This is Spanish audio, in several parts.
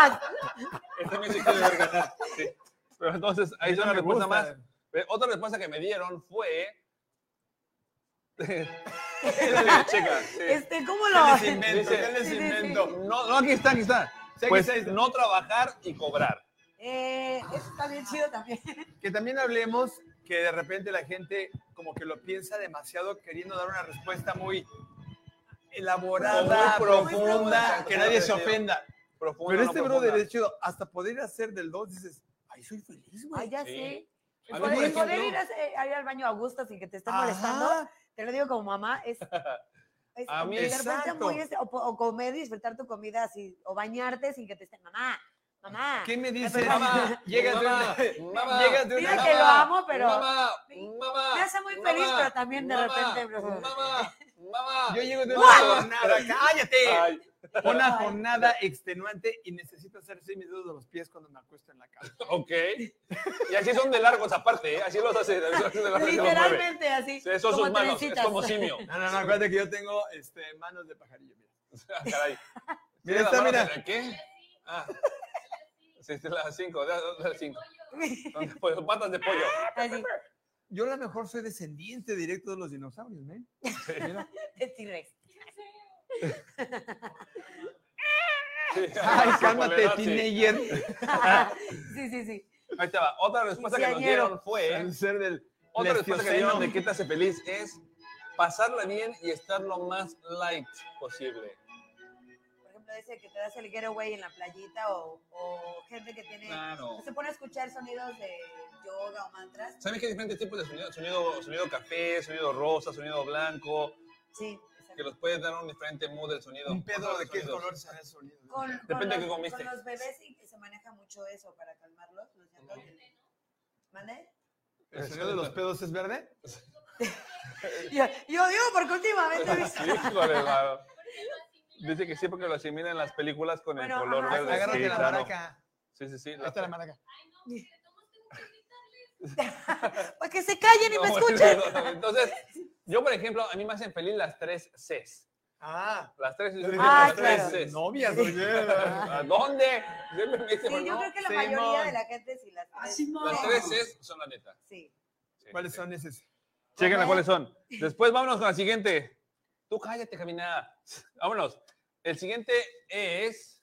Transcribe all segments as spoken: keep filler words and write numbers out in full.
más. Él también se quiere ver ganar. Sí. Pero entonces, ahí es una respuesta más. Otra respuesta que me dieron fue... Dale, checa. Sí. Este, ¿cómo lo...? ¿Qué les invento? Dice, ¿Qué les sí, sí, invento? sí. No, no, aquí está, aquí está. Sí, aquí Pues está, está. no trabajar y cobrar. Eh, eso está bien chido también. Que también hablemos que de repente la gente como que lo piensa demasiado queriendo dar una respuesta muy elaborada, Muy profunda, profunda, que nadie se ofenda. Profunda, Pero no este profunda. brother es chido. Hasta poder hacer del dos dices, ay, soy feliz, güey. Ay, ya Sí. sé. A El mí, poder, por el poder ejemplo- ir, a, a ir al baño a gusto sin que te estén Ajá. molestando, te lo digo como mamá, es... es A mí- de repente Exacto. muy este, o, po- o comer y disfrutar tu comida así, o bañarte sin que te estén, mamá, mamá. ¿Qué me dices? Pero- Mamá, llegas de mamá, una- mamá, llegas de Dile una- que lo amo, pero Mamá, mamá. me hace muy feliz, mamá, pero también de mamá, repente... Mamá, mamá. Yo llego de mamá. una jornada, cállate, Ay, una jornada extenuante y necesito hacer seis mis dedos de los pies cuando me acuesto en la cama. ok. Y así son de largos aparte, ¿eh? Así los hace. Así los hace de largos, los mueve. Literalmente así, Sí, son como sus manos, es trencitas. como simio. No, no, no, acuérdate que yo tengo este, manos de pajarillo. Mira. Ah, caray. Mira, Sí, está, las mira. manos de- ¿Qué? Ah. Sí, es las cinco, de las cinco. Son de pollo, patas de pollo. Así, Yo a lo mejor soy descendiente directo de los dinosaurios, ¿eh? Mira. de T-Rex. Sí. Ay, cálmate, Soledad, sí. teenager. Sí, sí, sí. Ahí estaba. Otra respuesta que nos Quinceañero. dieron fue... El ser del Otra respuesta que dieron de Lestioceno. qué te hace feliz es pasarla bien y estar lo más light posible. Por ejemplo, ese que te das el getaway en la playita o, o gente que tiene... Claro. que se pone a escuchar sonidos de yoga o mantras. ¿Saben que hay diferentes tipos de sonido? Sonido, sonido café, sonido rosa, sonido blanco, Sí. que los puede dar un diferente mood del sonido. Un pedo de qué Sonidos. color será el sonido. ¿no? Con, Depende con de los, qué comiste. Con los bebés sí que se maneja mucho eso para calmarlos. Los llantos. ¿Mande? ¿El sonido de los pedos es verde? Yo, yo digo porque últimamente he visto... Híjole, mano. Dice que sí porque lo asimilan en las películas con Bueno, el color ajá, verde. Agárrate Sí, la claro. maraca. Sí, sí, sí. Ahí está la maraca. Para que se callen y me No, escuchen. no, no. Entonces, yo, por ejemplo, a mí me hacen feliz las tres Cs. Ah. Las tres, Ah, las tres claro. Cs. Novias, oye. ¿A dónde? Siempre me dicen, Sí, yo no. creo que la Simón. mayoría de la gente sí las Ah, tres. Simón. Las tres Cs son la neta. Sí. Sí, ¿Cuáles sí. son esos? Chéquenla cuáles son. Después vámonos con la siguiente. Tú cállate, Camina. Vámonos. El siguiente es...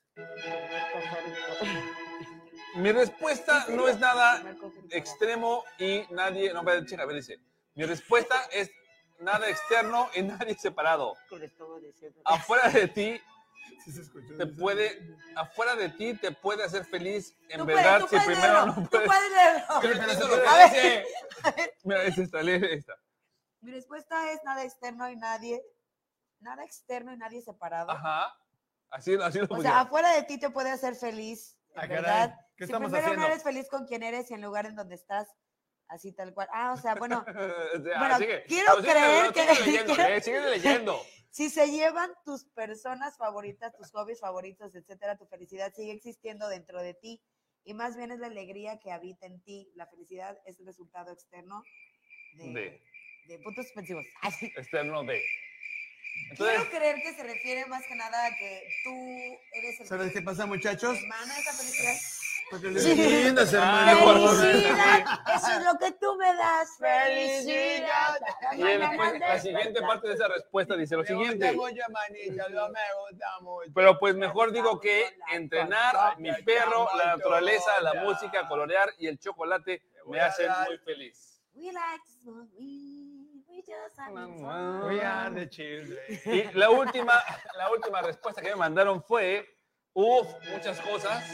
Mi respuesta no es nada extremo y nadie... No, pero checa, a ver, dice. Mi respuesta es nada externo y nadie separado. Afuera de ti Sí se escuchó. te puede... Afuera de ti te puede hacer feliz. En Tú verdad, puedes, tú si puedes primero leerlo, no tú puedes... puedes leerlo. Pero pero eso se lo puede- que dice. Mira, es esta, lee esta. Mi respuesta es nada externo y nadie, nada externo y nadie separado. Ajá. Así, así lo O pusieron. sea, afuera de ti te puede hacer feliz, en Ah, caray. verdad. ¿Qué Si estamos primero haciendo? no eres feliz con quien eres y en lugar en donde estás, así tal cual. Ah, o sea, bueno, O sea, bueno, sigue. quiero Pero sigue, creer no, que- Sigue leyendo, quiero- eh, sigue leyendo. si se llevan tus personas favoritas, tus hobbies favoritos, etcétera, tu felicidad sigue existiendo dentro de ti y más bien es la alegría que habita en ti. La felicidad es el resultado externo de, De. de puntos suspensivos. Ay, Externo de. quiero Entonces, creer que se refiere más que nada a que tú eres el ¿Sabes qué pasa, muchachos? hermano de esa felicidad. Porque les entiendas, Ah, hermano. ¡Felicidad! Eso es lo que tú me das. ¡Felicidad! y el- pues, la siguiente parte de esa respuesta dice lo siguiente. Me gusta mucho, manito, no me gusta mucho. Pero pues mejor digo que entrenar, mi perro, la naturaleza, la música, colorear y el chocolate me hacen muy feliz. We like to smoke weed, we just having fun. We are the children. Y la última, la última respuesta que me mandaron fue, uff, muchas cosas.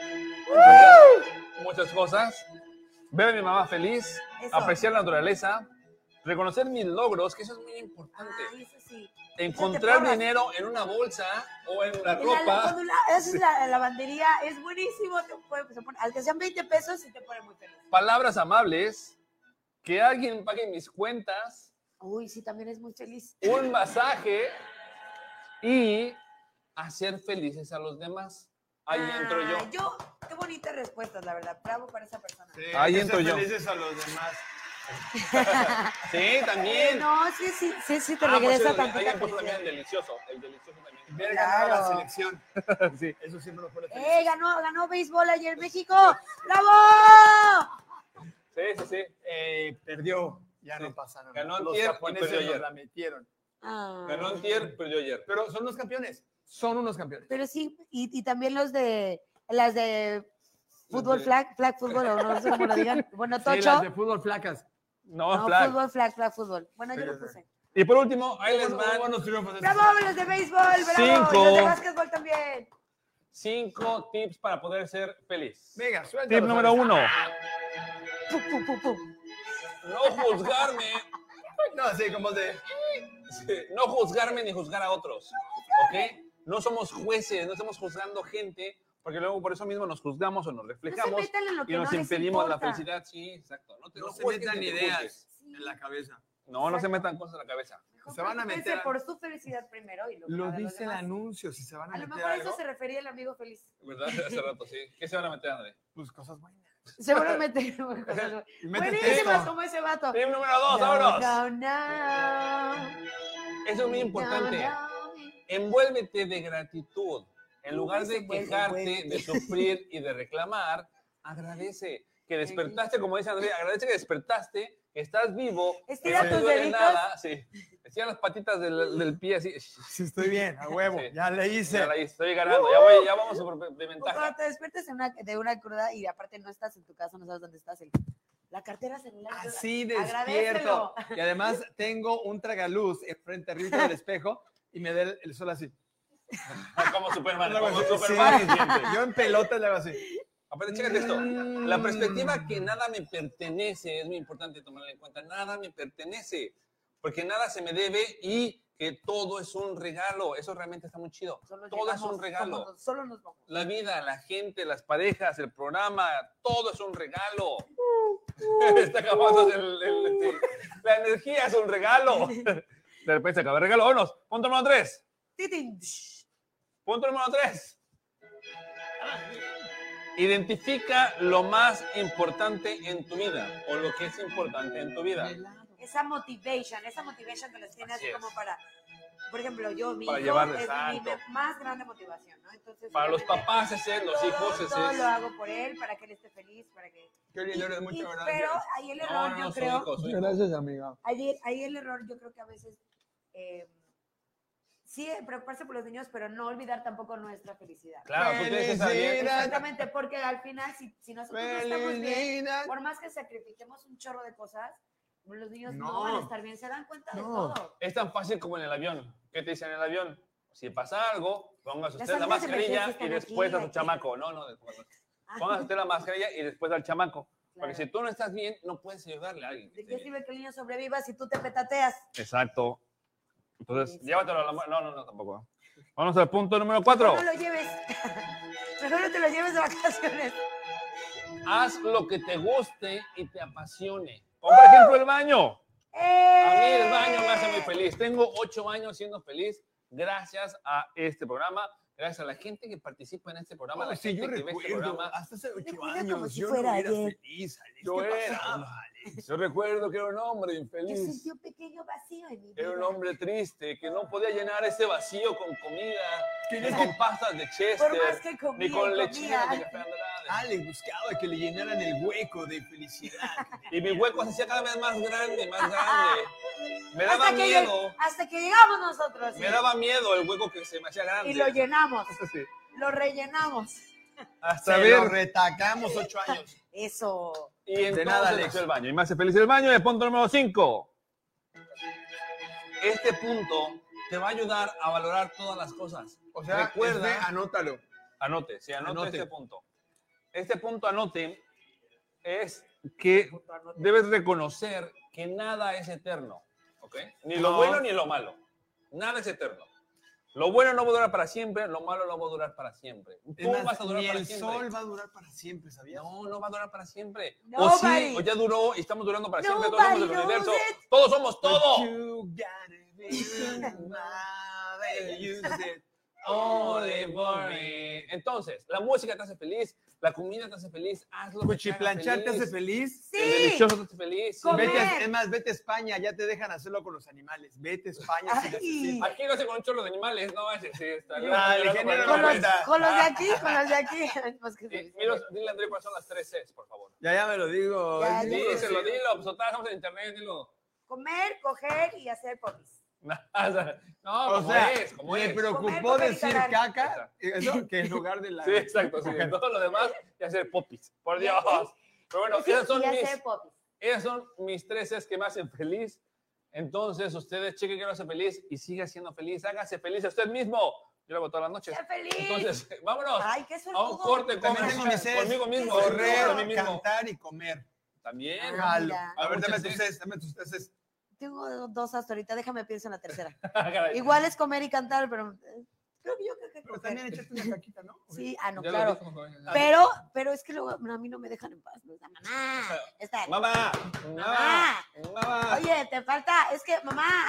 Muchas cosas. Ver a mi mamá feliz, Eso. apreciar la naturaleza, reconocer mis logros, que eso es muy importante. Ay, eso sí. Encontrar porras. dinero en una bolsa o en la En la- ropa. cuando la- esa es la lavandería, es buenísimo. Te puede- se pone- al que sean veinte pesos y te pone muy feliz. Palabras amables, que alguien pague mis cuentas, Uy, sí, también es muy feliz. un masaje y hacer felices a los demás. Ahí entro yo. Ah, yo, qué bonitas respuestas, la verdad. Bravo para esa persona. Sí, Ahí hay que entro ser yo. felices a los demás. Sí, también. No, sí, sí, sí, sí, te Ah, regresa pues, tantita alguien puso felicidad. también el delicioso. El delicioso también. Ver Claro. ganado la selección. Sí. Eso siempre nos pone ¡Eh, felices. ganó, ganó béisbol ayer México! ¡Bravo! Sí, sí, sí. Eh, perdió. Ya Sí. no pasa nada. Ganó Los antier y japoneses perdió nos ayer. la metieron. Ah. Ganó antier, perdió ayer. Pero son unos campeones. Son unos campeones. Pero sí, y, y también los de, las de fútbol de- flag, flag fútbol, o no sé cómo lo digan. Bueno, Sí, Tocho. las de fútbol flacas. No, No, flag. fútbol, flag, flag, fútbol. Bueno, yo Sí, lo ya sé. puse. Y por último, ahí les Buenos- van buenos triunfos. ¡Bravo, los de béisbol! ¡Bravo! Cinco. Y los de básquetbol también. cinco tips para poder ser feliz. Venga, suéltalo. Tip número ¿sabes? uno. Pum, pum, pum, pum. No juzgarme. No, sí, como de... Sí, no juzgarme ni juzgar a otros. ¿Ok? No somos jueces, no estamos juzgando gente, porque luego por eso mismo nos juzgamos o nos No se reflejamos metan en lo que y nos no les impedimos la importa. felicidad. Sí, exacto. No, te, No no se juzgues metan ni te ideas juzgues. Sí. en la cabeza. No, no se Exacto. metan cosas en la cabeza. Mejor Se van a preocúpense meter a- por su felicidad primero y luego Lo la de los dice el demás. anuncio, si se van a A lo meter mejor algo, eso se refería el amigo feliz. ¿Verdad? Hace rato, sí. ¿Qué se van a meter, André? pues cosas buenas. Seguramente. Y métete Buenísimas esto. como ese vato. Tip número dos, No, vámonos. no, no. Eso es muy importante. No, no. Envuélvete de gratitud. En lugar Eso, de envuelve, quejarte, envuélvete. de sufrir y de reclamar, agradece que despertaste, como dice Andrea, agradece que despertaste, que estás vivo, que Estira no te tus duele deditos. nada. Sí. Estira las patitas del, del pie así. Sí, estoy bien, a huevo. Sí. Ya le hice. Ya la hice, estoy ganando, ya, voy, ya vamos por- de O ventaja. cuando te despiertes en una- de una cruda y aparte no estás en tu casa, no sabes dónde estás. el- la cartera celular. Así Agradécelo. despierto. Y además tengo un tragaluz enfrente arriba del espejo y me da el, el sol así. Como Superman, Algo como así. Superman. Sí. siempre. Yo en pelota le hago así. Aparte, chécate esto. La perspectiva que nada me pertenece es muy importante tomarla en cuenta. Nada me pertenece, porque nada se me debe y que todo es un regalo. Eso realmente está muy chido. Solo Todo es llegamos un regalo. como nos- solo nos vamos. La vida, la gente, las parejas, el programa, todo es un regalo. Está acabando el, el- el- la energía es un regalo. De repente se acaba el regalo. Vámonos. Punto número tres. Titin. Punto número tres. Identifica lo más importante en tu vida o lo que es importante en tu vida. Esa motivation, esa motivation que los tiene Así así es. como para, por ejemplo, yo, mi Para hijo llevarles es mi alto. me- más grande motivación, ¿no? Entonces, Para los obviamente, papás ese es, los todo- hijos ese todo es. lo hago por él, para que él esté feliz, para que... Qué lindo, eres Y- muchas y- gracias. pero ahí el error, No, no, yo no, su creo, hijo, su hijo. Gracias, amiga. ahí, ahí el error yo creo que a veces, eh, sí, preocuparse por los niños, pero no olvidar tampoco nuestra felicidad. Claro, tú tienes que estar bien. Felicidad. Exactamente, porque al final, si, si nosotros no estamos bien, Felicidad. por más que sacrifiquemos un chorro de cosas, los niños no, No. van a estar bien, se dan cuenta de No. todo. Es tan fácil como en el avión. ¿Qué te dicen en el avión? Si pasa algo, póngase Las usted la salidas de mascarilla emergencia y están después aquí, a su aquí. chamaco. No, no, después. no. Ah, Póngase usted la mascarilla y después al chamaco. Porque claro. si tú no estás bien, no puedes ayudarle a alguien. que ¿De esté qué bien. sirve que el niño sobreviva si tú te petateas? Exacto. Entonces, Sí. llévatelo a la mano. No, no, no, tampoco. Vamos al punto número cuatro. No lo lleves. Mejor no te lo lleves de vacaciones. Haz lo que te guste y te apasione. Como por ejemplo el baño. A mí el baño me hace muy feliz. Tengo ocho años siendo feliz gracias a este programa, gracias a la gente que participa en este programa, a la Oh, sí, gente yo que ve este recuerdo, programa. hasta hace ocho Recuerda años, como si yo fuera no era ayer. feliz, Alex. Yo ¿Qué era. pasaba, Alex? Yo recuerdo que era un hombre Yo infeliz. sentí un pequeño vacío en mi vida. Era un hombre triste que no podía llenar ese vacío con comida, ni Querías con pastas de Por más Chester, que comía ni y con lechinas de comía. café Andrade. Alex buscaba que le llenaran el hueco de felicidad. Y mi hueco se hacía cada vez más grande, más grande. Me daba Hasta que, miedo. lleg- hasta que llegamos nosotros. Me sí. daba miedo el hueco que se me hacía grande. Y lo llenamos. Sí. Lo rellenamos. Hasta Se ver. lo retacamos ocho años. Eso. Y entonces nada, Alex. nació el baño. Y me hace feliz el baño. Y el punto número cinco. Este punto te va a ayudar a valorar todas las cosas. O sea, recuerda, este, anótalo. anote, sí, anote, Anote. este punto. Este punto anote es que debes reconocer que nada es eterno, ¿ok? Ni lo No. bueno ni lo malo. Nada es eterno. Lo bueno no va a durar para siempre, lo malo no va a durar para siempre. Es Tú más, vas a durar ni para el siempre. sol va a durar para siempre, ¿sabías? No, no va a durar para siempre. Nobody. O sí, o ya duró y estamos durando para siempre. Todos somos Nobody del universo. knows it. Todos somos todo. You gotta be my baby, you said. Only for me. Entonces, la música te hace feliz, la comida te hace feliz, hazlo. Cuchiplanchar te hace feliz. Sí. El delicioso te hace feliz. Sí. Vete a, es más, vete a España, ya te dejan hacerlo con los animales. Vete a España si Ay. necesitas. Aquí no se con un chorro de animales, no, ese sí está. Ah, el ingeniero Con no los, cuenta. con los de aquí, con los de aquí. Pues que Sí, sí. mira, dile a André cuáles son las tres Cs, por favor. Ya, ya me lo digo. Ya, es ya. duro, Díselo, sí. dilo, pues total, estamos en internet, dilo. Comer, coger y hacer popis. No, no, O como sea, es, como le es. preocupó Comer, comer y decir cagar. caca, eso, que en lugar de la... Sí, exacto, sí, todo lo demás y hacer popis, por Dios. Pero bueno, Sí, esas son, y mis, hacer popis. esas son mis tres Cs que me hacen feliz. Entonces, ustedes chequen que lo hace feliz y siga siendo feliz. Hágase feliz a usted mismo. Yo lo hago todas las noches. ¡Sé feliz! Entonces, vámonos Ay, qué a un suertudo. corte También tengo mis comercial Cs. conmigo mismo. Correr, a mí mismo. cantar y comer. También. Ah, Jalo. mira. A ver, dame Muchas tus Cs, dame tus Cs. Tengo dos hasta ahorita, déjame pienso en la tercera. Caray. Igual es comer y cantar, pero eh, creo que yo creo que Pero coger. también echarte una caquita, ¿no? Sí, ah, no, Ya lo claro. dijo, joven. Pero, pero es que luego a mí no me dejan en paz. ¿No? Mamá, está. Mamá, mamá, mamá. Oye, te falta, es que mamá.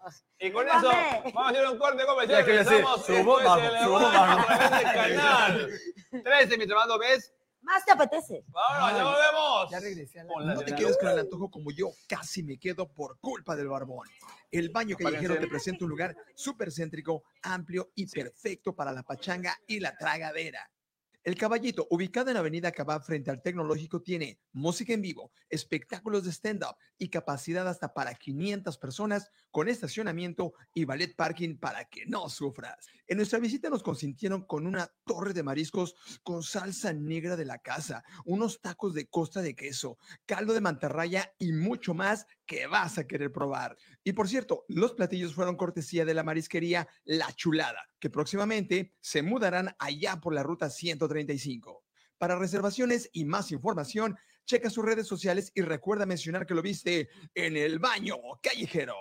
Y con Mame. eso, vamos a hacer un corte comercial. Ya que ya sé, Regresamos. subo, Esto es bajo, el subo, Hermano bajo. a través del canal. trece, mi hermano, ¿ves? Más te apetece. Vámonos, ya Ay, volvemos. Ya regresé a la... Con la No de te la- quedes con el antojo como yo, casi me quedo por culpa del barbón. El baño callejero Apáguense. te presenta un lugar súper céntrico, amplio y perfecto para la pachanga y la tragadera. El Caballito, ubicado en Avenida Cabá frente al Tecnológico, tiene música en vivo, espectáculos de stand-up y capacidad hasta para quinientas personas con estacionamiento y ballet parking para que no sufras. En nuestra visita nos consintieron con una torre de mariscos con salsa negra de la casa, unos tacos de costa de queso, caldo de mantarraya y mucho más que vas a querer probar. Y por cierto, los platillos fueron cortesía de la marisquería La Chulada, que próximamente se mudarán allá por la ruta ciento treinta y cinco. Para reservaciones y más información, checa sus redes sociales y recuerda mencionar que lo viste en el baño callejero.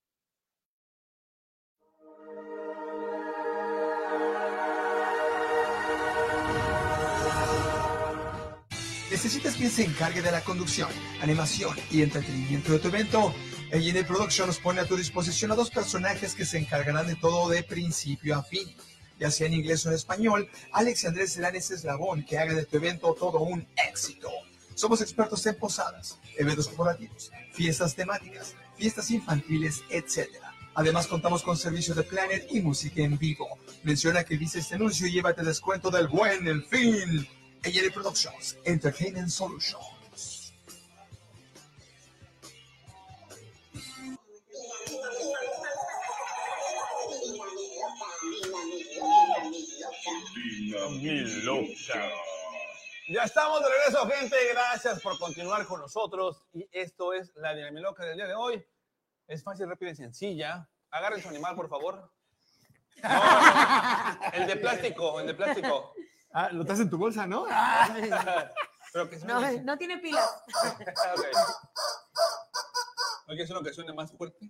¿Necesitas quien se encargue de la conducción, animación y entretenimiento de tu evento? A N A Production nos pone a tu disposición a dos personajes que se encargarán de todo de principio a fin. Ya sea en inglés o en español, Alex y Andrés serán ese eslabón que haga de tu evento todo un éxito. Somos expertos en posadas, eventos corporativos, fiestas temáticas, fiestas infantiles, etcétera. Además, contamos con servicios de planner y música en vivo. Menciona que viste este anuncio y llévate descuento del buen El Fin. A N A Productions, Entertainment Solutions. Ya estamos de regreso, gente. Gracias por continuar con nosotros. Y esto es la Dinamiloca del día de hoy. Es fácil, rápida y sencilla. Agarren su animal, por favor. No, el de plástico, el de plástico. Ah, lo traes en tu bolsa, ¿no? Pero que No, suene. no tiene pilas. Ok. ¿No quieres uno que suene más fuerte?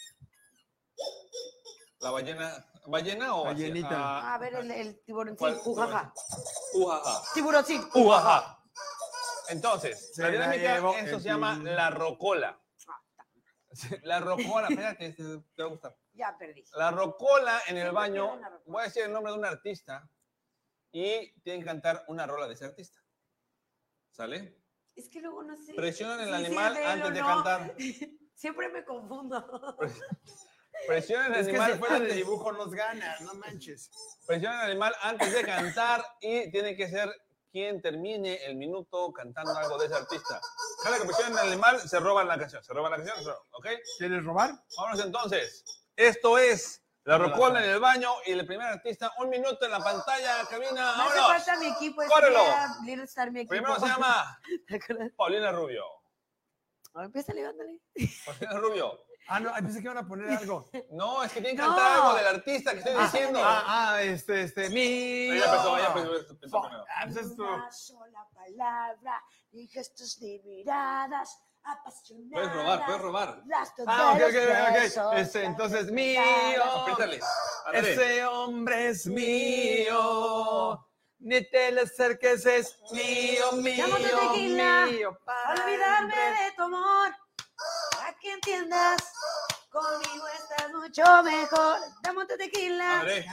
La ballena. ¿Ballena o así? Ballenita. Ah, A ver, el, el tiburón. Sí, ¿cuál? ujaja. Ujaja. Tiburón, sí. Ujaja. Entonces, Se la la dinámica, llevó esto el se llama pin. la rocola. La rocola, espérate, este, te va a gustar. Ya perdí. La rocola en el Siempre baño, quiero una rocola. voy a decir el nombre de un artista y tienen que cantar una rola de ese artista. ¿Sale? Es que luego no sé. Presionan el Sí, sí, animal de él antes o de no. cantar. Siempre me confundo. Presionan el Es que animal si fuera de antes, dibujo nos gana, no manches. presionan el animal antes de cantar y tiene que ser quien termine el minuto cantando algo de ese artista. Cada que presionan el animal, se roban la canción. Se roban la canción, se roban, ¿ok? ¿Quieres robar? Vámonos entonces. Esto es la rocola en el baño y el primer artista, un minuto en la pantalla, cabina. Me hace ¡Vámonos! falta mi equipo. ese ¡Córrelo! día, Little Star, mi equipo. Primero se llama ¿Te acuerdas? Paulina Rubio. A ver, empieza levántale. Paulina Rubio. Ah, no, pensé que iban a poner algo. No, es que tienen que No. cantar algo del artista que estoy diciendo. Ah, ah, este, este, mío. Ella empezó, ella empezó, empezó primero. Ah, pues es tu- Una sola palabra y gestos de miradas apasionadas. Puedes robar, puedes robar. Rastros Ah, ok, de ok, los ok, besos, ok. Este, las entonces, desveladas. mío. Apriétale. Ándale. Ese hombre es mío. Ni te le acerques, es mío, mío, Llamo tu tequila, mío. para Olvidarme siempre. de tu amor, para que entiendas, conmigo estás mucho mejor. Dame tu tequila. André.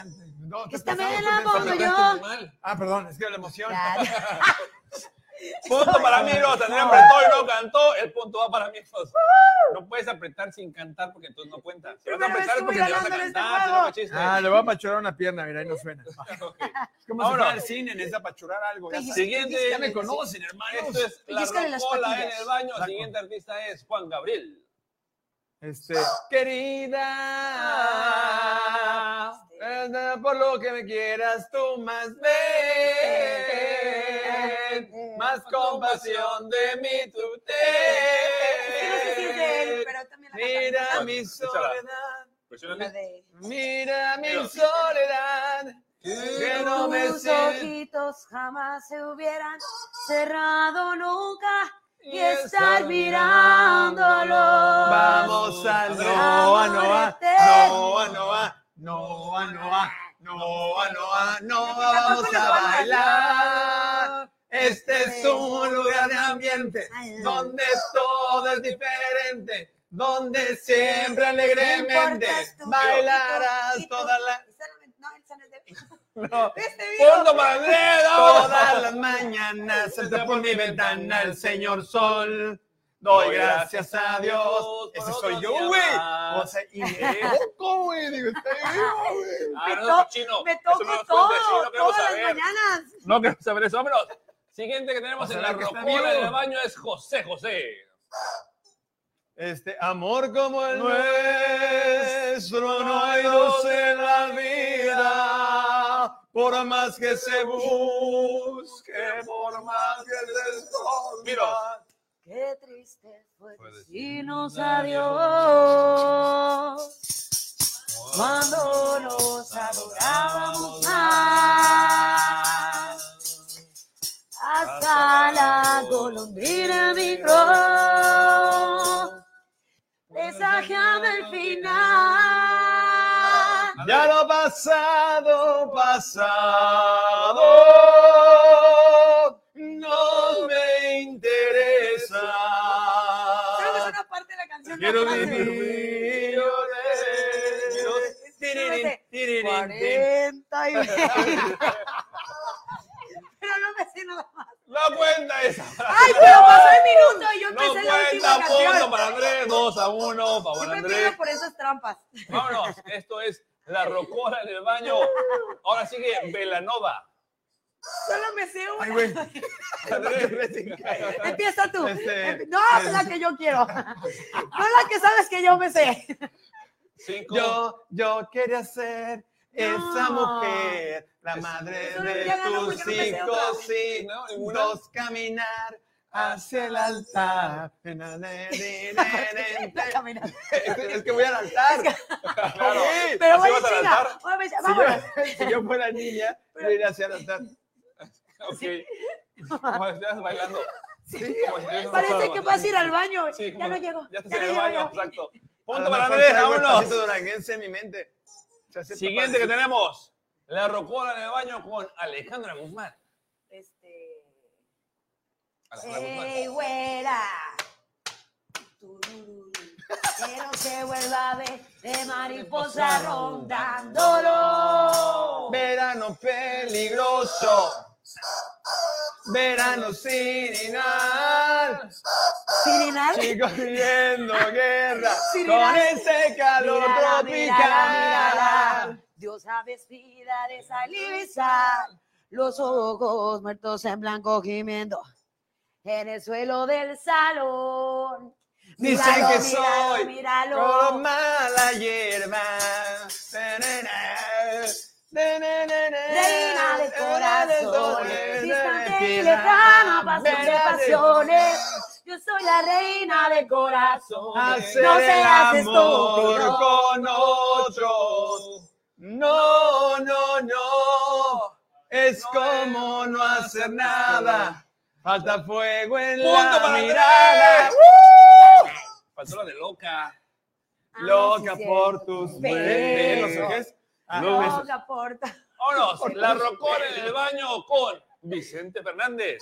No, Que estoy esta me pensando, la estoy pongo pensando. yo. Mal. Ah, perdón, es que la emoción. Ya, ya. Punto para mí, no, Andrea apretó y no cantó, el punto va para mí. Pues, no puedes apretar sin cantar porque entonces no cuenta. Si vas a Primera vez apretar que es voy porque le vas a ganando en este cantar, si no, juego. qué chiste. Ah, le voy a apachurar una pierna, mira, ahí no suena. Ok. Es como si Vámonos. fuera al cine, necesita apachurar algo. Ya sabes. Siguiente, Ya me conocen, hermanos. esto es la Pellizcale las rocola en patillas. el baño. Exacto. Siguiente artista es Juan Gabriel. Este, querida, eh, por lo que me quieras tú más ven, más compasión de mí tú Es que no sé si es de él, ten. pero también la Mira cantamos. mi Échala. soledad, Presióname. La de... mira mi Pero- soledad, que no me Tus siento. ojitos jamás se hubieran cerrado nunca y Y estar estar mirándolo. Vamos a Noa, Noa, Noa, Noa, Noa, Noa, Noa, Noa, Noa, vamos a bailar. Este es un lugar de ambiente donde todo es diferente, donde siempre alegremente bailarás toda la... No, esa no es de... No. Este video. Punto para Andrea. Todas las mañanas entra por mi ventana el señor sol. Doy gracias a Dios. Ese soy yo, güey. O sea, y me equivoco, güey. Digo, estoy vivo, güey. Ah, Me no, to- no, chino. Me Eso toco no nos todo, cuentes, sí, no queremos todas las saber. mañanas. No queremos saber eso. Vámonos. Siguiente que tenemos O sea, en la que está rocola vivo. en el baño es José José. Este amor como el nuestro, no hay dos en la vida. Por más que se busque, por más que se esconda. Mira. Qué triste fue Fue decirnos decirnos adiós cuando nos adorábamos más. Hasta la golondrina migró, presagiando el final. Ya lo pasado, pasado, no me interesa. Creo que es una parte de la canción. Quiero no pasa. vivir. Súbete. cuarenta y Pero no me sé nada más. No cuenta esa. Ay, pero pasó el minuto y yo No empecé la última cuenta. Punto canción. para Andrés. dos a uno. Favor Siempre Andrés. pido por esas trampas. Vámonos. Esto es la rocola en el baño. Ahora sigue Belanova. Solo me sé una. Ay, güey. Empieza tú. Este, Empi- no, es la que yo quiero. No la que sabes que yo me sé. Cinco. Yo, yo quería ser esa No. mujer, la madre Eso de ya ganó tus porque no me sé hijos, otra. sí, No, ninguna. dos caminar hacia el altar. Es Caminar. es que voy al altar. Claro. Sí. Pero ¿Así voy vas en al chinga. altar? Oye, pues, Si vámonos. yo, si yo fuera niña, yo iría hacia el altar. Ok. Como si estuvieras bailando. Sí. Como si estuvieras Parece bailando. que vas a ir al baño. Sí, ya como- no llego. Ya estás Ya en no el llego baño, yo. exacto. A Punto lo para mejor Andrés, traigo el vámonos. pasito duranguense en mi mente. Se hace Siguiente que papá. tenemos. La rocola en el baño con Alejandra Guzmán. Este. Alejandra Guzmán. Ey, güera. Tururú. Quiero que vuelva a ver de mariposa rondándolo. Verano peligroso. Verano sirinal. Sirinal. Chicos viviendo guerra Sirinal. con ese calor Mírala, tropical. mírala, mírala. Diosa vestida de saliva y sal. Los ojos muertos en blanco gimiendo en el suelo del salón. Dicen Míralo, que míralo, soy míralo. como mala hierba. Reina de corazones, distante y lejana, pasión de pasiones. Yo soy la reina de corazones. Hacer No el seas amor estúpido. con otro. No, no, no. Es como no hacer nada. Falta fuego en Punto la para mirada. Andrés. Faltó la de loca. Ah, Loca sí, por cierto. tus Besos. besos. ¿Qué es? Ah, los besos. Loca por ta- Vámonos. La rocola en el baño con Vicente Fernández.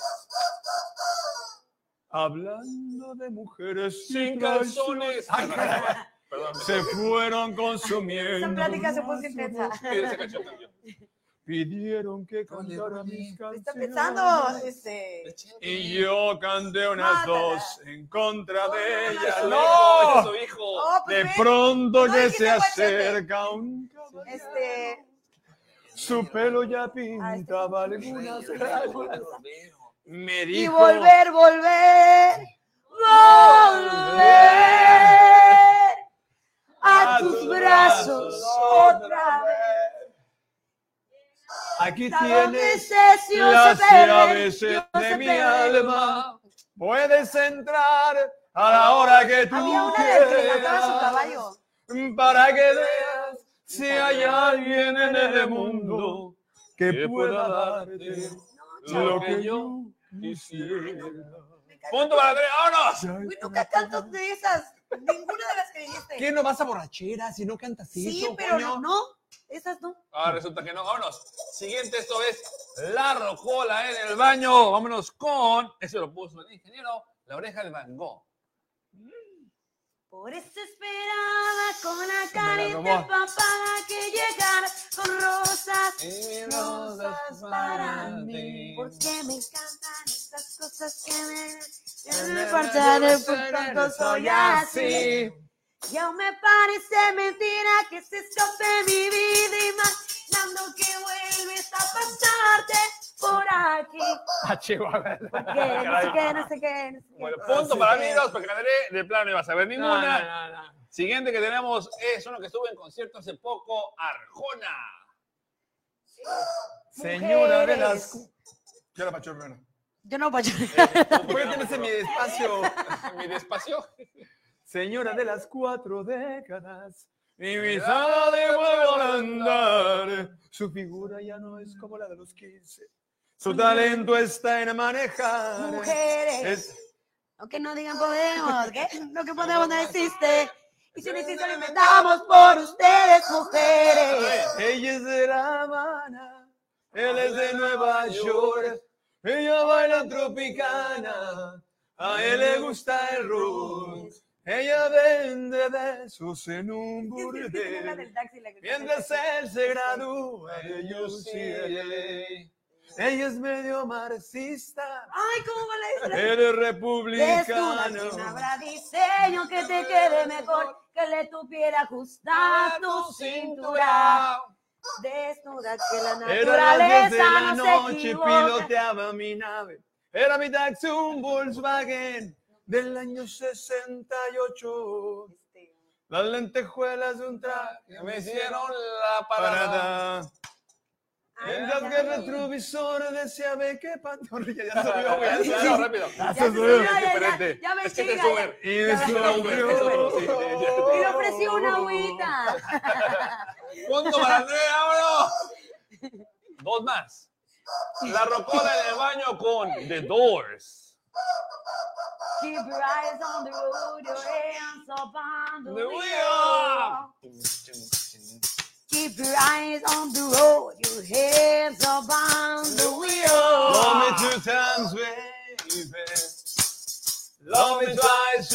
Hablando de mujeres Sin calzones. Ay, Perdón, Perdón. se fueron consumiendo. Esa plática se puso intensa. Pide esa canción, canción. Pidieron que cantara mis Está canciones. pensando, este... Y yo canté unas Mátala. dos en contra de Ella ella. es su ¡No! hijo, ella es su hijo. Oh, pues De ve, pronto No que dijiste se guachete. acerca un caballero. Este... Su pelo ya Ah, este- pintaba algunas rayas. Me Y dijo, volver, volver, volver a tus brazos otra vez. aquí Donde tienes estés, yo las sé perder, llaves yo de sé mi perder. alma. Puedes entrar a la hora que tú Había una de que le cantaba a su quieras, caballo. para que veas si hay alguien en el mundo que pueda darte lo que yo quisiera. Punto para Andrea, vámonos. Uy, nunca canto de esas. Ninguna de las que dijiste. ¿Qué no vas a borrachera si no cantas Sí, eso, pero coño? no, no, esas no. Ah, resulta que no, vámonos. Siguiente, esto es La Rocola en el baño. Vámonos con, eso lo puso el ingeniero, La Oreja de Van Gogh. Por eso esperaba con la carita robó. empapada que llegara con rosas, Y rosas para mí. Porque me encantan estas cosas que me... que me importan, por tanto soy así. Y aún me parece mentira que se escape mi vida imaginando que vuelves a pasarte por aquí. Ah, Chihuahua. Porque no sé qué, no sé qué, no sé qué. Bueno, punto para mí, dos, porque André de plano no iba a saber No, ninguna. no, no, no. Siguiente que tenemos es uno que estuvo en concierto hace poco, Arjona. Señora de Mujeres. las... Yo era pachorrero. Yo no, Pacho. ¿Por qué tienes en mi espacio? Mi despacio. Señora de las cuatro décadas, mi visada de nuevo al andar. Su figura ya no es como la de los quince. Su talento está en manejar. Mujeres. Es- Aunque no digan podemos, ¿qué? Lo que podemos no existe. Y si no existe, lo inventamos por ustedes, mujeres. ella es de La Habana, él es de Nueva York. Ella baila tropicana, a él le gusta el rock. Ella vende besos en un burdel, mientras él se gradúa de U C L A. Ella es medio marxista, Ay, ¿cómo va la isla? él es Desnuda, republicano. ¿quién habrá diseño que te quede mejor? Que le tuviera ajustar tu cintura. Desnuda, que la Era las diez de naturaleza la no se noche, equivoca. piloteaba mi nave. Era mi taxi, un Volkswagen del año sesenta y ocho. Las lentejuelas de un traje Me hicieron la parada. parada. Mientras que el retrovisor decía, ve qué pantorrilla. Ya subió, güey. Ya, no, rápido. Ya se se subió. subió, ya, ya, Diferente. ya me Es que es el chinga, Uber. Y Ya, me ya, subió. Sí, sí, sí. Y le ofreció una agüita. Punto para André, vámonos. Dos más. La Rocola en el baño con The Doors. Keep your eyes on the road, your hands upon the The wheel. wheel. Keep your eyes on the road, your hands upon the Love me wheel. two times, baby. Love me twice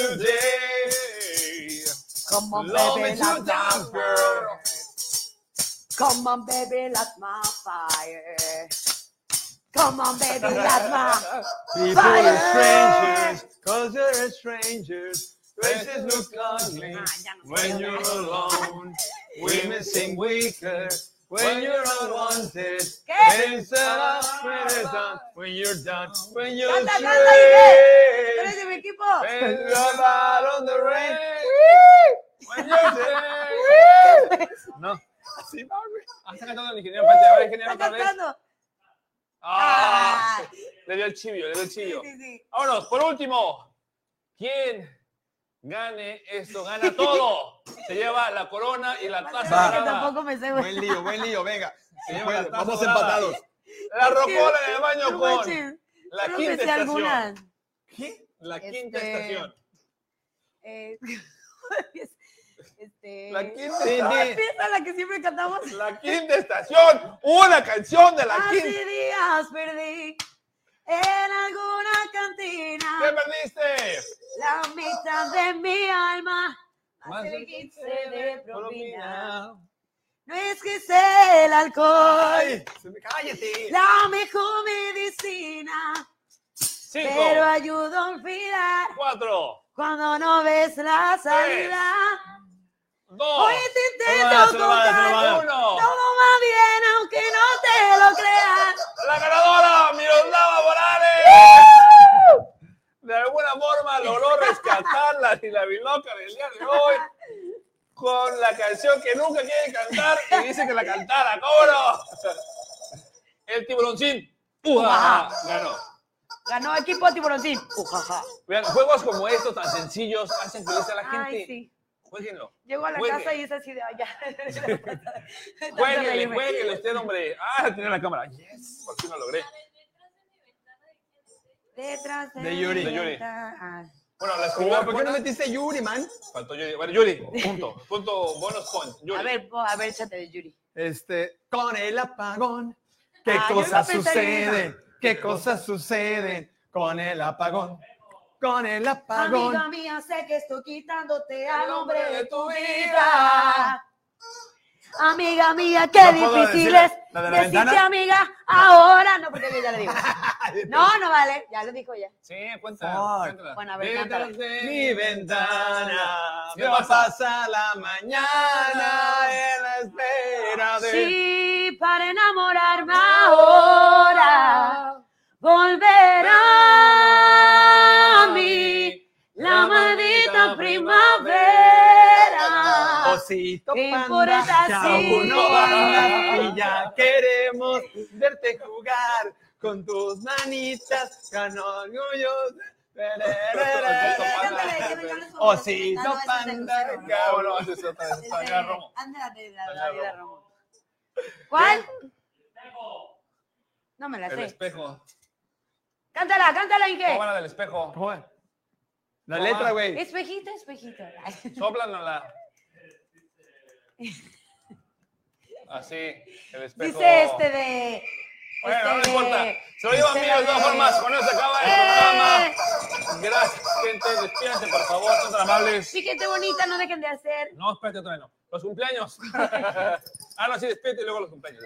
today. Come on, Love me baby, two light times, my girl. fire. Come on, baby, light my fire. Come on, baby, light my People Fire. are strangers, cause they're strangers. Faces look ugly Ah, ya no sé. when you're alone. Women sing weaker when you're unwanted. ¿Qué? Instead of when it's done, when you're done, when you're Canta, canta, Ivette. ¿Tú eres straight. de mi equipo? When you're out on the rain. When you're dead. No. Así va, güey. Ah, está cantando el ingeniero. Espérate, a ver, ingeniero, Está otra vez. cantando. Ah, Ah, le dio el chivio, le dio el sí, chivio. sí, sí. Vámonos, por último. ¿Quién gane esto? Gana todo. Se lleva la corona y la taza Que dorada. tampoco me sé, güey. Buen lío, buen lío, venga. Se Se lleva puede, la taza vamos dorada. empatados. La rocola en el baño No con manches. la Solo quinta me sé estación. algunas. ¿Qué? La quinta Este, estación. Eh, este, La quinta Sí, estación. sí. Empieza la que siempre cantamos. La quinta estación. Una canción de la Hace quinta. días perdí en alguna ¿Qué cantina perdiste? la mitad de mi alma más Más el el quince de propina. propina. No es que sea el alcohol Ay, se me- cállate. la mejor medicina, Cinco, pero ayuda a olvidar cuatro, cuando no ves la salida. dos, Hoy te Se lo intento va, se lo va, se lo contar, va. uno. todo va bien aunque no te lo creas. La ganadora, Miroslava Morales. De alguna forma logró rescatarla y la biloca del día de hoy con la canción que nunca quiere cantar y dice que la cantara. ¿Cómo no? El tiburoncín. ¡Uja! Ganó. Ganó equipo tiburoncín. Ujaja. Vean, juegos como estos tan sencillos hacen feliz a la gente. Ay, sí. Jueguenlo. Llego a la Juegue. casa y es así de allá. Jueguenle, jueguenle usted, hombre. Ah, tenía la cámara. Yes, por fin lo logré. Detrás de, De Yuri. De Yuri. ventana. Bueno, las ¿Por primeras qué no buenas- metiste Yuri, man? Faltó Yuri. Bueno, Yuri, punto. Punto, bonus point. Yuri. A ver, po- a ver, échate de Yuri. Este, con el apagón, ¿qué Ah, yo cosas no pensaría en suceden? ¿Qué cosas suceden con el apagón? Con el apagón. Amiga mía, sé que estoy quitándote al El nombre nombre de de tu tu vida. Amiga mía, qué ¿No puedo difícil decir es la de la decirte ventana? amiga ahora. No, porque yo ya le digo. No, no vale, ya lo dijo ya. Sí, cuenta. Fuck. cuéntala. Bueno, a ver, Detrás cántala. de Mi ventana, ¿Qué me va a pasa? pasar la mañana en la espera de... Sí, para enamorarme ahora, volverá a mí la maldita primavera. Osito ¿Qué panda, importa ya si- uno anda y ya queremos verte jugar con tus manitas, con orgullos. Osito panda, Cabrón, ese es otra vez. Está ya Romo. Ándale, de la Está la vida, ya Romo. ¿Cuál? No me la El sé. espejo. Cántala, cántala, Inge. ¿Cómo van la del espejo? ¿Cómo es? La ¿Cómo letra, va? güey. Espejito, espejito. Sóplanosla. Así, el espejo. Dice este de. Bueno, no este importa. de- Se lo llevan este bien de todas de- formas. Con eso se acaba el ¡Eh! programa. Gracias, gente. Despídense, por favor. Son tan amables. Sí, gente bonita, no dejen de hacer. No, espérate, todavía no. Los cumpleaños. Ah, no, sí, despídete y luego los cumpleaños.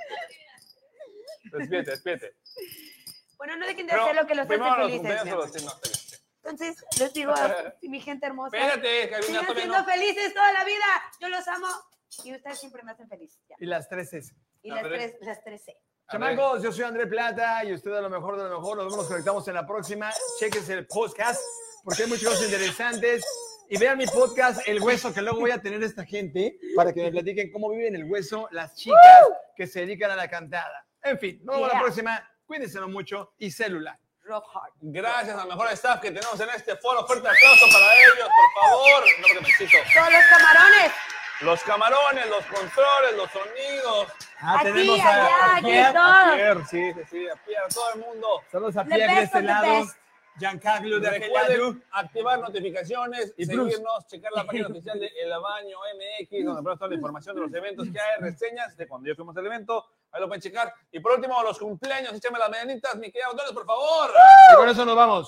Despídete, despídete. Bueno, no dejen de Pero hacer lo que los primero hace los felices. cumpleaños mi o amor. los sí, no, está bien, está bien. Entonces, les digo a mi gente hermosa. Espérate, Karina, Sigan todavía siendo no. felices toda la vida. Yo los amo y ustedes siempre me hacen feliz. Ya. Y las tres es. Y A las ver. tres, las tres C. A ver. Chamacos, yo soy André Plata y usted a lo mejor de lo mejor. Nos vemos, nos conectamos en la próxima. Chequense el podcast porque hay muchas cosas interesantes. Y vean mi podcast, El Hueso, que luego voy a tener esta gente para que me platiquen cómo viven el hueso las chicas que se dedican a la cantada. En fin, nos vemos Yeah. la próxima. Cuídense mucho y célula. Rock hard. Gracias al mejor staff que tenemos en este foro. Fuerte aplauso para ellos, por favor. No, porque me excito. Todos los camarones. Los camarones, los controles, los sonidos. Ah, Aquí, tenemos allá, a, a aquí, Pierre. todos. Pierre, sí, sí, sí, a Pierre, a todo el mundo. Saludos a The Pierre de best este of the lado. best. Giancarlo de aquel Recuerden lado. activar notificaciones, Y Bruce. seguirnos, checar la página oficial de El Baño M X, donde ponemos toda la información de los eventos que hay, reseñas de cuando ya fuimos al evento, ahí lo pueden checar. Y por último, los cumpleaños, échame las mañanitas, mi querido Antonio, por favor. Y con eso nos vamos.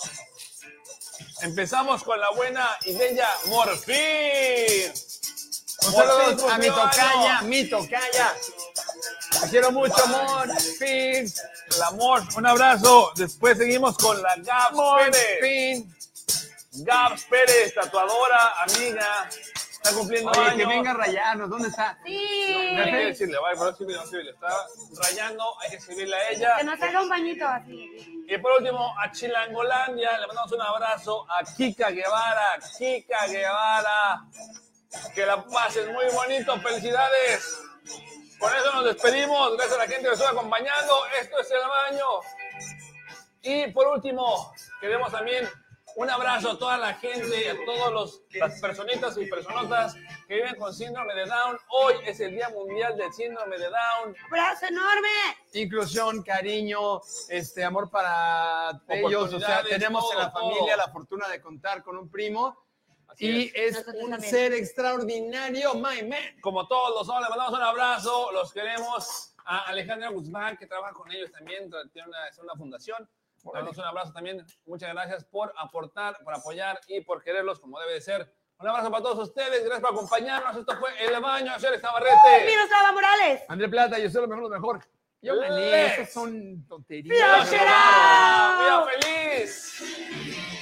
Empezamos con la buena y bella Morfín. Un saludo Morfín, a mi cumplió tocaya, año. mi tocaya. Te quiero mucho, amor. Fin. El amor, un abrazo. Después seguimos con la Gabs Pérez. Fin. Gabs Pérez, tatuadora, amiga. Está cumpliendo Oye, años. que venga a rayarnos. ¿Dónde está? Sí. No hay que decirle, vale, pero sí, no, sí, le está rayando, hay que escribirle a ella. Que nos haga un bañito así. Y por último, a Chilangolandia, le mandamos un abrazo a Kika Guevara, Kika Guevara. Que la pasen muy bonito, felicidades. Con eso nos despedimos, gracias a la gente que nos estuvo acompañando. Esto es El Baño. Y por último, queremos también un abrazo a toda la gente, a todas los, las personitas y personotas que viven con síndrome de Down. Hoy es el Día Mundial del Síndrome de Down. ¡Abrazo enorme! Inclusión, cariño, este amor para ellos. O sea, Oportunidades, tenemos en la todo, familia todo. la fortuna de contar con un primo. Así Y es. es Nosotros un también. ser extraordinario, my man. Como todos los hombres, le mandamos un abrazo, los queremos. A Alejandra Guzmán, que trabaja con ellos también, tiene una, es una fundación. Le mandamos un abrazo también. Muchas gracias por aportar, por apoyar y por quererlos como debe de ser. Un abrazo para todos ustedes. Gracias por acompañarnos. Esto fue El Baño. Soy Alex Navarrete. ¡Mira, Saba Morales! André Plata, yo soy lo mejor, lo mejor. Yo gané, esas son tonterías. ¡Fío, ¡Viva feliz!